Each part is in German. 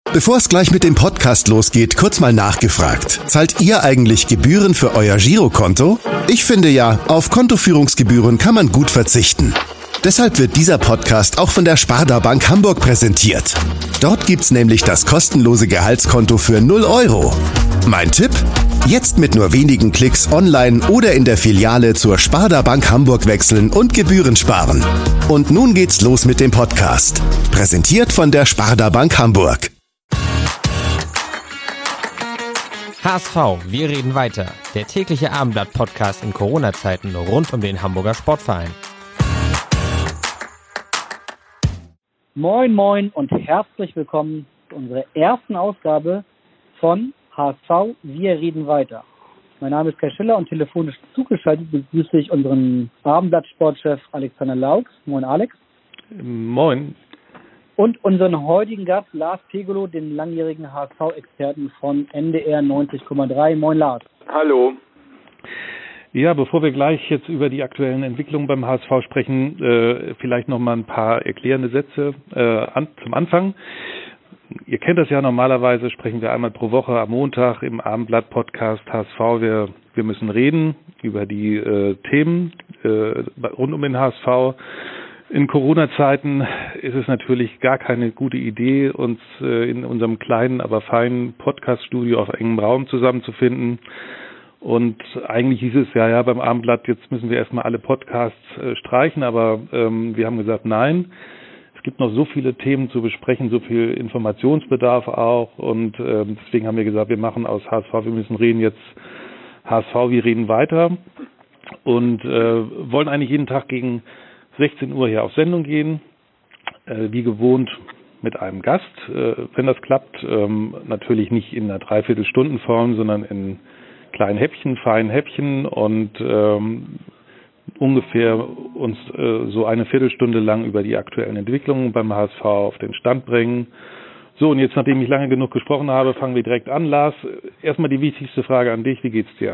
Bevor es gleich mit dem Podcast losgeht, kurz mal nachgefragt. Zahlt ihr eigentlich Gebühren für euer Girokonto? Ich finde ja, auf Kontoführungsgebühren kann man gut verzichten. Deshalb wird dieser Podcast auch von der Sparda Bank Hamburg präsentiert. Dort gibt's nämlich das kostenlose Gehaltskonto für 0 Euro. Mein Tipp? Jetzt mit nur wenigen Klicks online oder in der Filiale zur Sparda Bank Hamburg wechseln und Gebühren sparen. Und nun geht's los mit dem Podcast. Präsentiert von der Sparda Bank Hamburg. HSV, wir reden weiter. Der tägliche Abendblatt-Podcast in Corona-Zeiten rund um den Hamburger Sportverein. Moin Moin und herzlich willkommen zu unserer ersten Ausgabe von HSV, wir reden weiter. Mein Name ist Kai Schiller und telefonisch zugeschaltet begrüße ich unseren Abendblatt-Sportchef Alexander Laux. Moin Alex. Moin. Und unseren heutigen Gast Lars Pegolo, den langjährigen HSV-Experten von NDR 90,3. Moin Lars. Hallo. Ja, bevor wir gleich jetzt über die aktuellen Entwicklungen beim HSV sprechen, vielleicht noch mal ein paar erklärende Sätze zum Anfang. Ihr kennt das ja, normalerweise sprechen wir einmal pro Woche am Montag im Abendblatt-Podcast HSV. Wir müssen reden über die Themen rund um den HSV. In Corona-Zeiten ist es natürlich gar keine gute Idee, uns in unserem kleinen, aber feinen Podcast-Studio auf engem Raum zusammenzufinden. Und eigentlich hieß es ja beim Abendblatt, jetzt müssen wir erstmal alle Podcasts streichen, aber wir haben gesagt, nein. Es gibt noch so viele Themen zu besprechen, so viel Informationsbedarf auch. Und deswegen haben wir gesagt, wir machen aus HSV, wir müssen reden jetzt HSV, wir reden weiter. Und wollen eigentlich jeden Tag gegen 16 Uhr hier auf Sendung gehen, wie gewohnt mit einem Gast, wenn das klappt, natürlich nicht in einer Dreiviertelstundenform, sondern in kleinen Häppchen, feinen Häppchen und ungefähr uns so eine Viertelstunde lang über die aktuellen Entwicklungen beim HSV auf den Stand bringen. So, und jetzt, nachdem ich lange genug gesprochen habe, fangen wir direkt an. Lars, erstmal die wichtigste Frage an dich, wie geht's dir?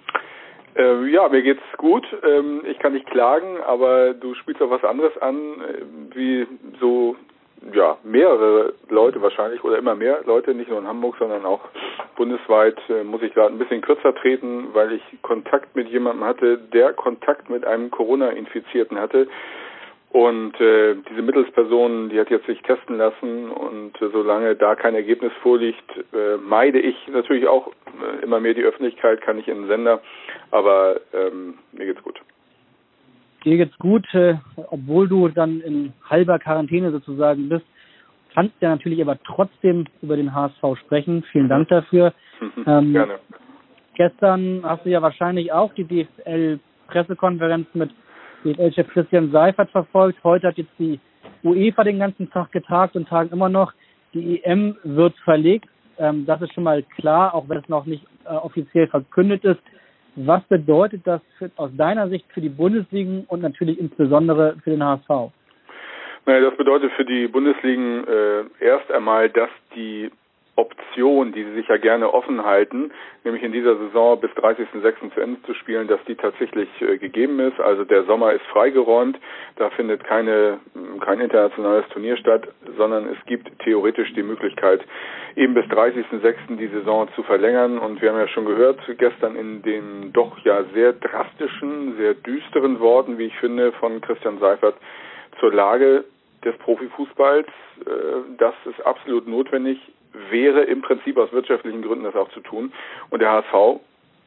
Ja, mir geht's gut. Ich kann nicht klagen, aber du spielst auch was anderes an, wie so mehrere Leute wahrscheinlich oder immer mehr Leute, nicht nur in Hamburg, sondern auch bundesweit, muss ich gerade ein bisschen kürzer treten, weil ich Kontakt mit jemandem hatte, der Kontakt mit einem Corona-Infizierten hatte. Und diese Mittelsperson, die hat jetzt sich testen lassen und solange da kein Ergebnis vorliegt, meide ich natürlich auch immer mehr die Öffentlichkeit, kann ich in den Sender, aber mir geht's gut. Dir geht's gut, obwohl du dann in halber Quarantäne sozusagen bist, kannst ja natürlich aber trotzdem über den HSV sprechen. Vielen Dank dafür. Gerne. Gestern hast du ja wahrscheinlich auch die DFL-Pressekonferenz mit DFL-Chef Christian Seifert verfolgt. Heute hat jetzt die UEFA den ganzen Tag getagt und tagen immer noch. Die EM wird verlegt. Das ist schon mal klar, auch wenn es noch nicht offiziell verkündet ist. Was bedeutet das aus deiner Sicht für die Bundesligen und natürlich insbesondere für den HSV? Naja, das bedeutet für die Bundesligen erst einmal, dass die Option, die sie sich ja gerne offen halten, nämlich in dieser Saison bis 30.06. zu Ende zu spielen, dass die tatsächlich gegeben ist. Also der Sommer ist freigeräumt, da findet kein internationales Turnier statt, sondern es gibt theoretisch die Möglichkeit, eben bis 30.06. die Saison zu verlängern. Und wir haben ja schon gehört, gestern in den doch ja sehr drastischen, sehr düsteren Worten, wie ich finde, von Christian Seifert zur Lage des Profifußballs, dass es absolut notwendig wäre, im Prinzip aus wirtschaftlichen Gründen das auch zu tun. Und der HSV,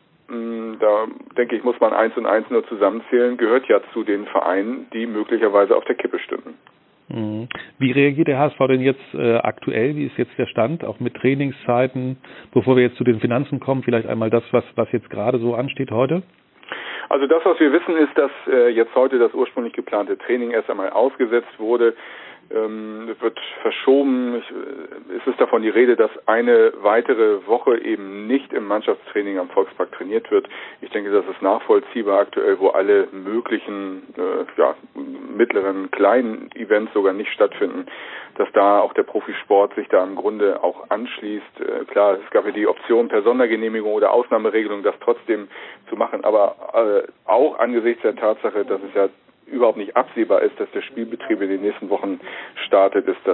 da denke ich, muss man 1 und 1 nur zusammenzählen, gehört ja zu den Vereinen, die möglicherweise auf der Kippe stünden. Wie reagiert der HSV denn jetzt aktuell? Wie ist jetzt der Stand, auch mit Trainingszeiten? Bevor wir jetzt zu den Finanzen kommen, vielleicht einmal das, was jetzt gerade so ansteht heute? Also das, was wir wissen, ist, dass jetzt heute das ursprünglich geplante Training erst einmal ausgesetzt wurde. Wird verschoben. Es ist davon die Rede, dass eine weitere Woche eben nicht im Mannschaftstraining am Volkspark trainiert wird. Ich denke, das ist nachvollziehbar aktuell, wo alle möglichen mittleren, kleinen Events sogar nicht stattfinden, dass da auch der Profisport sich da im Grunde auch anschließt. Klar, es gab ja die Option per Sondergenehmigung oder Ausnahmeregelung, das trotzdem zu machen, aber auch angesichts der Tatsache, dass es ja überhaupt nicht absehbar ist, dass der Spielbetrieb in den nächsten Wochen startet, ist das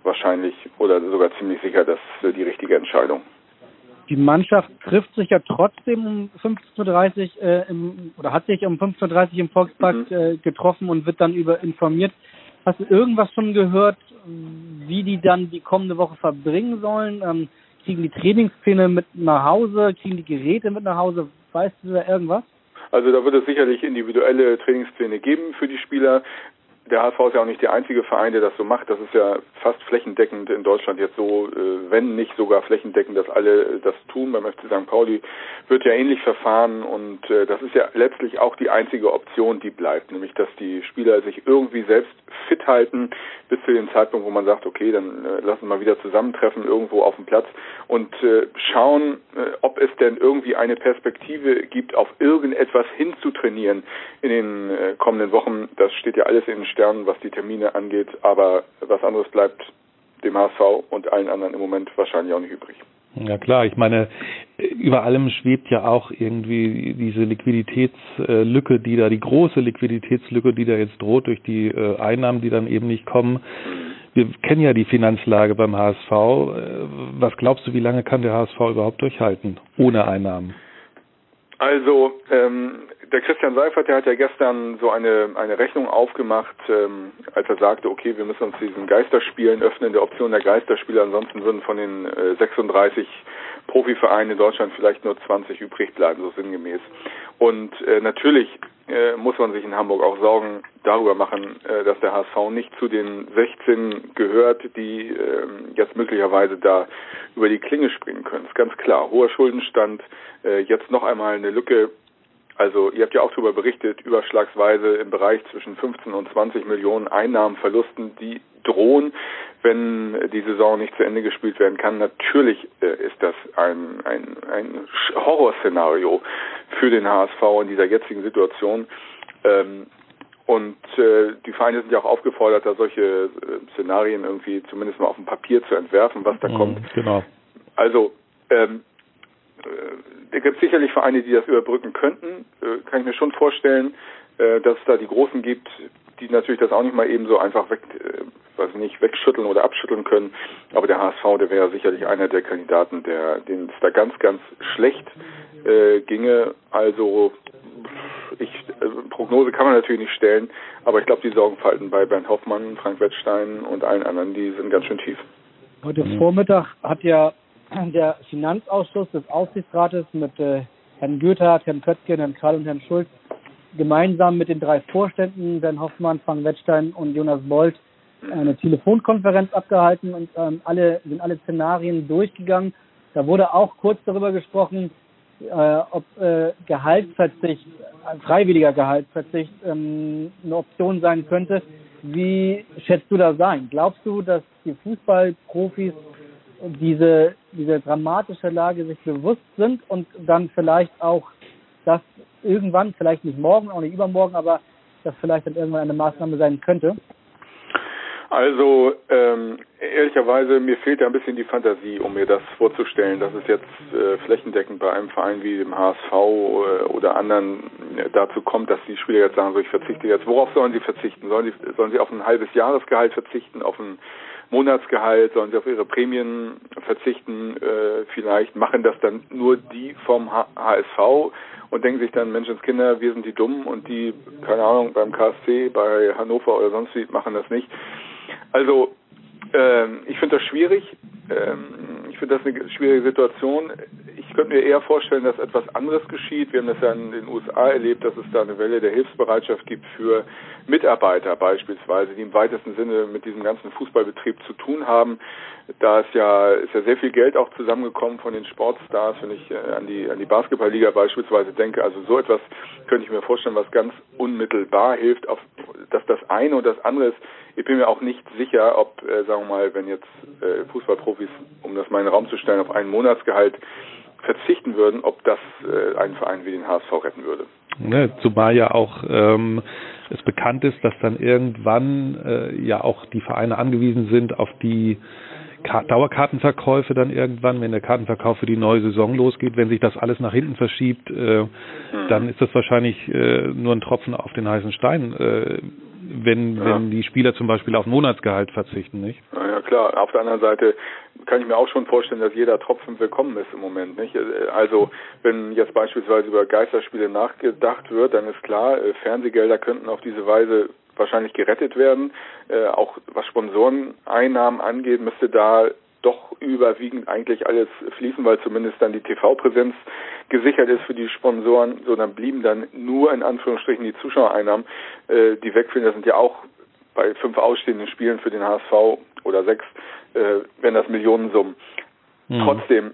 wahrscheinlich oder sogar ziemlich sicher die richtige Entscheidung. Die Mannschaft trifft sich ja trotzdem um 15:30 Uhr hat sich um 15:30 Uhr im Volkspark getroffen und wird dann informiert. Hast du irgendwas schon gehört, wie die dann die kommende Woche verbringen sollen? Kriegen die Trainingspläne mit nach Hause? Kriegen die Geräte mit nach Hause? Weißt du da irgendwas? Also da wird es sicherlich individuelle Trainingspläne geben für die Spieler. Der HSV ist ja auch nicht der einzige Verein, der das so macht. Das ist ja fast flächendeckend in Deutschland jetzt so, wenn nicht sogar flächendeckend, dass alle das tun. Beim FC St. Pauli wird ja ähnlich verfahren und das ist ja letztlich auch die einzige Option, die bleibt, nämlich dass die Spieler sich irgendwie selbst fit halten bis zu dem Zeitpunkt, wo man sagt, okay, dann lassen wir mal wieder zusammentreffen irgendwo auf dem Platz und schauen, ob es denn irgendwie eine Perspektive gibt, auf irgendetwas hinzutrainieren in den kommenden Wochen. Das steht ja alles in den Sternen, was die Termine angeht, aber was anderes bleibt dem HSV und allen anderen im Moment wahrscheinlich auch nicht übrig. Ja klar, ich meine, über allem schwebt ja auch irgendwie diese Liquiditätslücke, die große Liquiditätslücke, die da jetzt droht durch die Einnahmen, die dann eben nicht kommen. Wir kennen ja die Finanzlage beim HSV. Was glaubst du, wie lange kann der HSV überhaupt durchhalten ohne Einnahmen? Also, der Christian Seifert, der hat ja gestern so eine Rechnung aufgemacht, als er sagte, okay, wir müssen uns diesen Geisterspielen öffnen, der Option der Geisterspiele, ansonsten würden von den 36 Profivereinen in Deutschland vielleicht nur 20 übrig bleiben, so sinngemäß. Und natürlich muss man sich in Hamburg auch Sorgen darüber machen, dass der HSV nicht zu den 16 gehört, die jetzt möglicherweise da über die Klinge springen können. Ist ganz klar. Hoher Schuldenstand, jetzt noch einmal eine Lücke. Also ihr habt ja auch darüber berichtet, überschlagsweise im Bereich zwischen 15 und 20 Millionen Einnahmenverlusten, die drohen, wenn die Saison nicht zu Ende gespielt werden kann. Natürlich ist das ein Horrorszenario für den HSV in dieser jetzigen Situation. Und die Vereine sind ja auch aufgefordert, da solche Szenarien irgendwie zumindest mal auf dem Papier zu entwerfen, was da kommt. Genau. Also da gibt es sicherlich Vereine, die das überbrücken könnten. Kann ich mir schon vorstellen, dass es da die Großen gibt, die natürlich das auch nicht mal eben so einfach wegschütteln oder abschütteln können. Aber der HSV, der wäre sicherlich einer der Kandidaten, denen es da ganz, ganz schlecht ginge. Also Prognose kann man natürlich nicht stellen, aber ich glaube, die Sorgenfalten bei Bernd Hoffmann, Frank Wettstein und allen anderen, die sind ganz schön tief. Heute Vormittag hat ja der Finanzausschuss des Aufsichtsrates mit Herrn Goethard, Herrn Köttgen, Herrn Krall und Herrn Schulz gemeinsam mit den 3 Vorständen, Bernd Hoffmann, Frank Wettstein und Jonas Bold, eine Telefonkonferenz abgehalten und sind alle Szenarien durchgegangen. Da wurde auch kurz darüber gesprochen, ob Gehaltsverzicht, freiwilliger Gehaltsverzicht eine Option sein könnte. Wie schätzt du das ein? Glaubst du, dass die Fußballprofis diese dramatische Lage sich bewusst sind und dann vielleicht auch das irgendwann, vielleicht nicht morgen, auch nicht übermorgen, aber das vielleicht dann irgendwann eine Maßnahme sein könnte? Also ehrlicherweise, mir fehlt da ein bisschen die Fantasie, um mir das vorzustellen, dass es jetzt flächendeckend bei einem Verein wie dem HSV oder anderen dazu kommt, dass die Spieler jetzt sagen, so ich verzichte jetzt. Worauf sollen sie verzichten? Sollen sie auf ein halbes Jahresgehalt verzichten, auf ein Monatsgehalt, sollen sie auf ihre Prämien verzichten? Vielleicht machen das dann nur die vom HSV und denken sich dann, Menschenskinder, wir sind die Dummen und die, keine Ahnung, beim KSC, bei Hannover oder sonst wie machen das nicht. Also ich finde das schwierig. Ich finde das eine schwierige Situation. Ich könnte mir eher vorstellen, dass etwas anderes geschieht. Wir haben das ja in den USA erlebt, dass es da eine Welle der Hilfsbereitschaft gibt für Mitarbeiter beispielsweise, die im weitesten Sinne mit diesem ganzen Fußballbetrieb zu tun haben. Da ist ja sehr viel Geld auch zusammengekommen von den Sportstars, wenn ich an die Basketballliga beispielsweise denke. Also so etwas könnte ich mir vorstellen, was ganz unmittelbar hilft, dass das eine und das andere ist. Ich bin mir auch nicht sicher, ob, sagen wir mal, wenn jetzt Fußballprofis, um das mal in den Raum zu stellen, auf einen Monatsgehalt verzichten würden, ob das einen Verein wie den HSV retten würde. Ne, zumal ja auch es bekannt ist, dass dann irgendwann ja auch die Vereine angewiesen sind auf die Dauerkartenverkäufe dann irgendwann, wenn der Kartenverkauf für die neue Saison losgeht. Wenn sich das alles nach hinten verschiebt, dann ist das wahrscheinlich nur ein Tropfen auf den heißen Stein. wenn die Spieler zum Beispiel auf Monatsgehalt verzichten, nicht? Ja, klar. Auf der anderen Seite kann ich mir auch schon vorstellen, dass jeder Tropfen willkommen ist im Moment, nicht? Also, wenn jetzt beispielsweise über Geisterspiele nachgedacht wird, dann ist klar, Fernsehgelder könnten auf diese Weise wahrscheinlich gerettet werden. Auch was Sponsoreneinnahmen angeht, müsste da doch überwiegend eigentlich alles fließen, weil zumindest dann die TV-Präsenz gesichert ist für die Sponsoren. So, dann blieben dann nur in Anführungsstrichen die Zuschauereinnahmen, die wegfielen. Das sind ja auch bei 5 ausstehenden Spielen für den HSV oder 6, wären das Millionensummen. Trotzdem,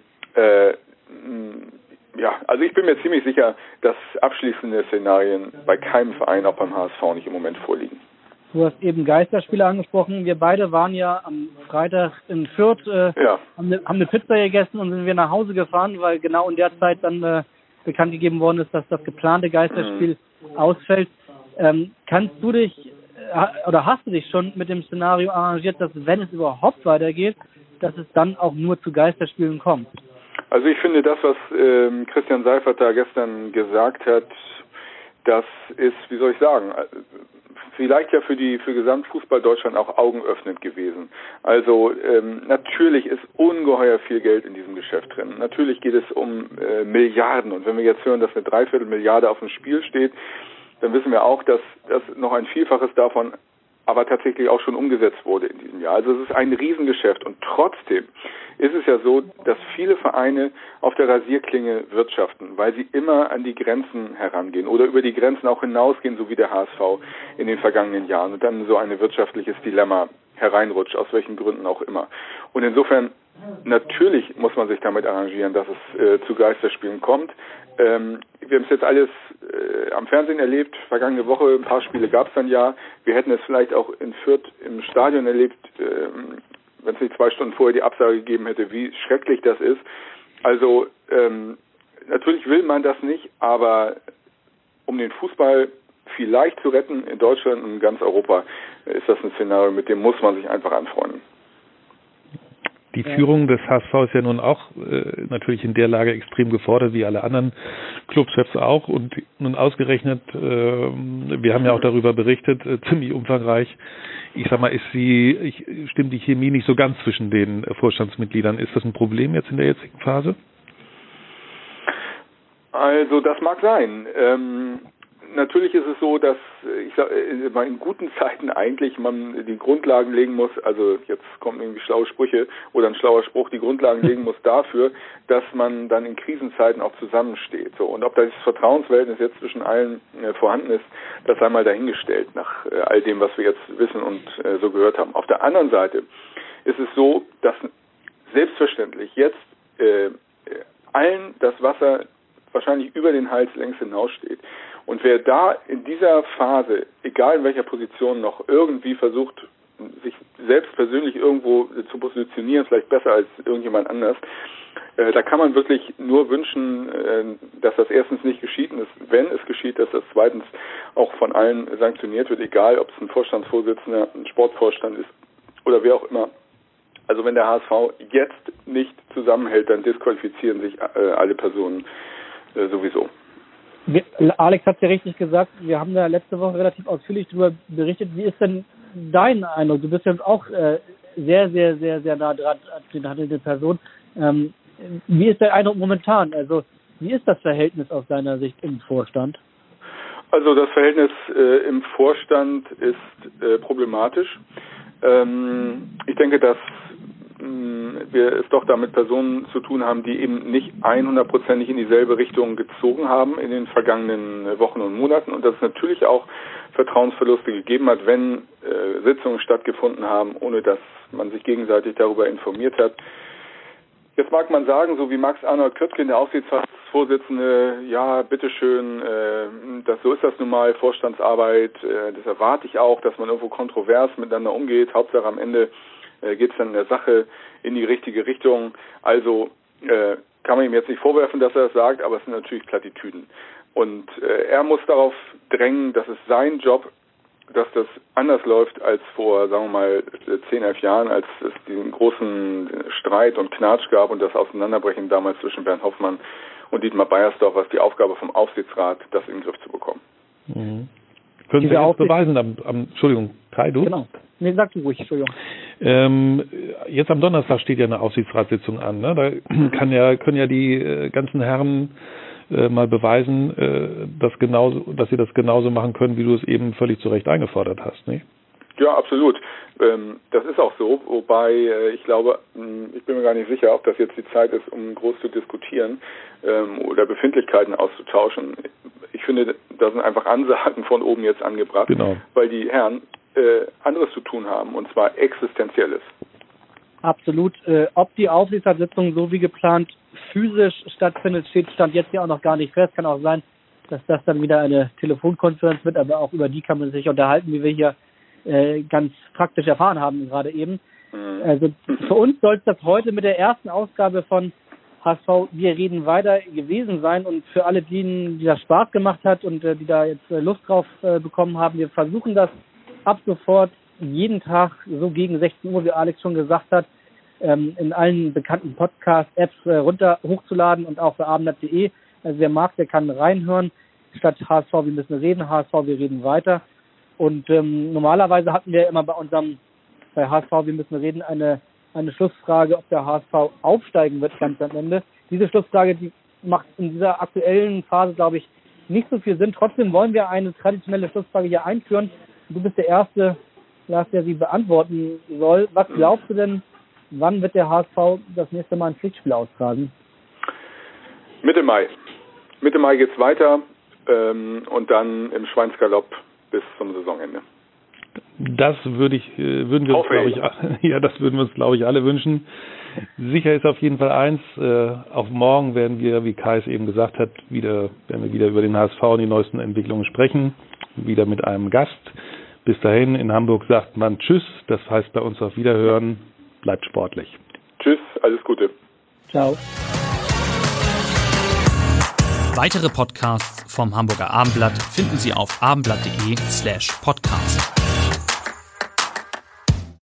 ja, also ich bin mir ziemlich sicher, dass abschließende Szenarien bei keinem Verein, auch beim HSV, nicht im Moment vorliegen. Du hast eben Geisterspiele angesprochen. Wir beide waren ja am Freitag in Fürth, haben eine Pizza gegessen und sind wir nach Hause gefahren, weil genau in der Zeit dann bekannt gegeben worden ist, dass das geplante Geisterspiel ausfällt. Kannst du dich oder hast du dich schon mit dem Szenario arrangiert, dass wenn es überhaupt weitergeht, dass es dann auch nur zu Geisterspielen kommt? Also ich finde das, was Christian Seifert da gestern gesagt hat, das ist, wie soll ich sagen, vielleicht ja für Gesamtfußball Deutschland auch augenöffnend gewesen. Also natürlich ist ungeheuer viel Geld in diesem Geschäft drin. Natürlich geht es um Milliarden. Und wenn wir jetzt hören, dass eine 3/4 Milliarde auf dem Spiel steht, dann wissen wir auch, dass noch ein Vielfaches davon aber tatsächlich auch schon umgesetzt wurde in diesem Jahr. Also es ist ein Riesengeschäft. Und trotzdem ist es ja so, dass viele Vereine auf der Rasierklinge wirtschaften, weil sie immer an die Grenzen herangehen oder über die Grenzen auch hinausgehen, so wie der HSV in den vergangenen Jahren und dann so ein wirtschaftliches Dilemma hereinrutscht, aus welchen Gründen auch immer. Und insofern, natürlich muss man sich damit arrangieren, dass es zu Geisterspielen kommt. Wir haben es jetzt alles am Fernsehen erlebt, vergangene Woche, ein paar Spiele gab es dann ja. Wir hätten es vielleicht auch in Fürth im Stadion erlebt, wenn es nicht 2 Stunden vorher die Absage gegeben hätte, wie schrecklich das ist. Also natürlich will man das nicht, aber um den Fußball vielleicht zu retten in Deutschland und in ganz Europa, ist das ein Szenario, mit dem muss man sich einfach anfreunden. Die Führung des HSV ist ja nun auch natürlich in der Lage extrem gefordert, wie alle anderen Clubchefs auch. Und nun ausgerechnet, wir haben ja auch darüber berichtet, ziemlich umfangreich. Ich sag mal, stimmt die Chemie nicht so ganz zwischen den Vorstandsmitgliedern. Ist das ein Problem jetzt in der jetzigen Phase? Also das mag sein. Natürlich ist es so, dass in guten Zeiten eigentlich man die Grundlagen legen muss, also jetzt kommen irgendwie schlaue Sprüche oder ein schlauer Spruch, die Grundlagen legen muss dafür, dass man dann in Krisenzeiten auch zusammensteht. So. Und ob das Vertrauensverhältnis jetzt zwischen allen vorhanden ist, das sei mal dahingestellt, nach all dem, was wir jetzt wissen und so gehört haben. Auf der anderen Seite ist es so, dass selbstverständlich jetzt allen das Wasser wahrscheinlich über den Hals längst hinaussteht. Und wer da in dieser Phase, egal in welcher Position, noch irgendwie versucht, sich selbst persönlich irgendwo zu positionieren, vielleicht besser als irgendjemand anders, da kann man wirklich nur wünschen, dass das erstens nicht geschieht und wenn es geschieht, dass das zweitens auch von allen sanktioniert wird, egal ob es ein Vorstandsvorsitzender, ein Sportvorstand ist oder wer auch immer. Also wenn der HSV jetzt nicht zusammenhält, dann disqualifizieren sich alle Personen sowieso. Alex hat es ja richtig gesagt, wir haben da letzte Woche relativ ausführlich darüber berichtet. Wie ist denn dein Eindruck? Du bist jetzt auch sehr, sehr, sehr, sehr nah dran an den handelnden Person. Wie ist der Eindruck momentan? Also wie ist das Verhältnis aus deiner Sicht im Vorstand? Also das Verhältnis im Vorstand ist problematisch. Ich denke, dass wir es doch da mit Personen zu tun haben, die eben nicht 100%ig in dieselbe Richtung gezogen haben in den vergangenen Wochen und Monaten und dass es natürlich auch Vertrauensverluste gegeben hat, wenn Sitzungen stattgefunden haben, ohne dass man sich gegenseitig darüber informiert hat. Jetzt mag man sagen, so wie Max Arnold Köpken, der Aufsichtsratsvorsitzende, ja, bitteschön, so ist das nun mal, Vorstandsarbeit, das erwarte ich auch, dass man irgendwo kontrovers miteinander umgeht, Hauptsache am Ende geht es dann in der Sache in die richtige Richtung. Also kann man ihm jetzt nicht vorwerfen, dass er das sagt, aber es sind natürlich Plattitüden. Und er muss darauf drängen, dass es sein Job, dass das anders läuft als vor, sagen wir mal, 10, 11 Jahren, als es diesen großen Streit und Knatsch gab und das Auseinanderbrechen damals zwischen Bernd Hoffmann und Dietmar Beiersdorf, was die Aufgabe vom Aufsichtsrat, das in den Griff zu bekommen. Mhm. Können Sie jetzt beweisen Entschuldigung, Kai, du? Genau. Nee, sag du ruhig, Entschuldigung. Jetzt am Donnerstag steht ja eine Aufsichtsratssitzung an. Ne? Da können ja die ganzen Herren mal beweisen, dass sie das genauso machen können, wie du es eben völlig zu Recht eingefordert hast. Nicht? Ja, absolut. Das ist auch so, wobei ich glaube, ich bin mir gar nicht sicher, ob das jetzt die Zeit ist, um groß zu diskutieren oder Befindlichkeiten auszutauschen. Ich finde, da sind einfach Ansagen von oben jetzt angebracht, genau. Weil die Herren anderes zu tun haben, und zwar Existenzielles. Absolut. Ob die Aufsichtsratssitzung so wie geplant physisch stattfindet, stand jetzt ja auch noch gar nicht fest. Kann auch sein, dass das dann wieder eine Telefonkonferenz wird, aber auch über die kann man sich unterhalten, wie wir hier ganz praktisch erfahren haben gerade eben. Also für uns soll es das heute mit der ersten Ausgabe von HSV Wir reden weiter gewesen sein, und für alle, die das Spaß gemacht hat und die da jetzt Lust drauf bekommen haben, wir versuchen das ab sofort jeden Tag so gegen 16 Uhr, wie Alex schon gesagt hat, in allen bekannten Podcast-Apps hochzuladen und auch bei abendblatt.de. Also wer mag, der kann reinhören. Statt HSV Wir müssen reden, HSV Wir reden weiter. Und normalerweise hatten wir immer bei HSV Wir müssen reden eine Schlussfrage, ob der HSV aufsteigen wird ganz am Ende. Diese Schlussfrage, die macht in dieser aktuellen Phase, glaube ich, nicht so viel Sinn. Trotzdem wollen wir eine traditionelle Schlussfrage hier einführen. Du bist der Erste, Lars, der sie beantworten soll. Was glaubst du denn, wann wird der HSV das nächste Mal ein Pflichtspiel austragen? Mitte Mai. Mitte Mai geht's weiter und dann im Schweinsgalopp bis zum Saisonende. Das würden wir uns, glaube ich, alle wünschen. Sicher ist auf jeden Fall eins, auch morgen werden wir, wie Kai es eben gesagt hat, wieder über den HSV und die neuesten Entwicklungen sprechen, wieder mit einem Gast. Bis dahin, in Hamburg sagt man Tschüss, das heißt bei uns auf Wiederhören, bleibt sportlich. Tschüss, alles Gute. Ciao. Weitere Podcasts vom Hamburger Abendblatt finden Sie auf abendblatt.de/podcast.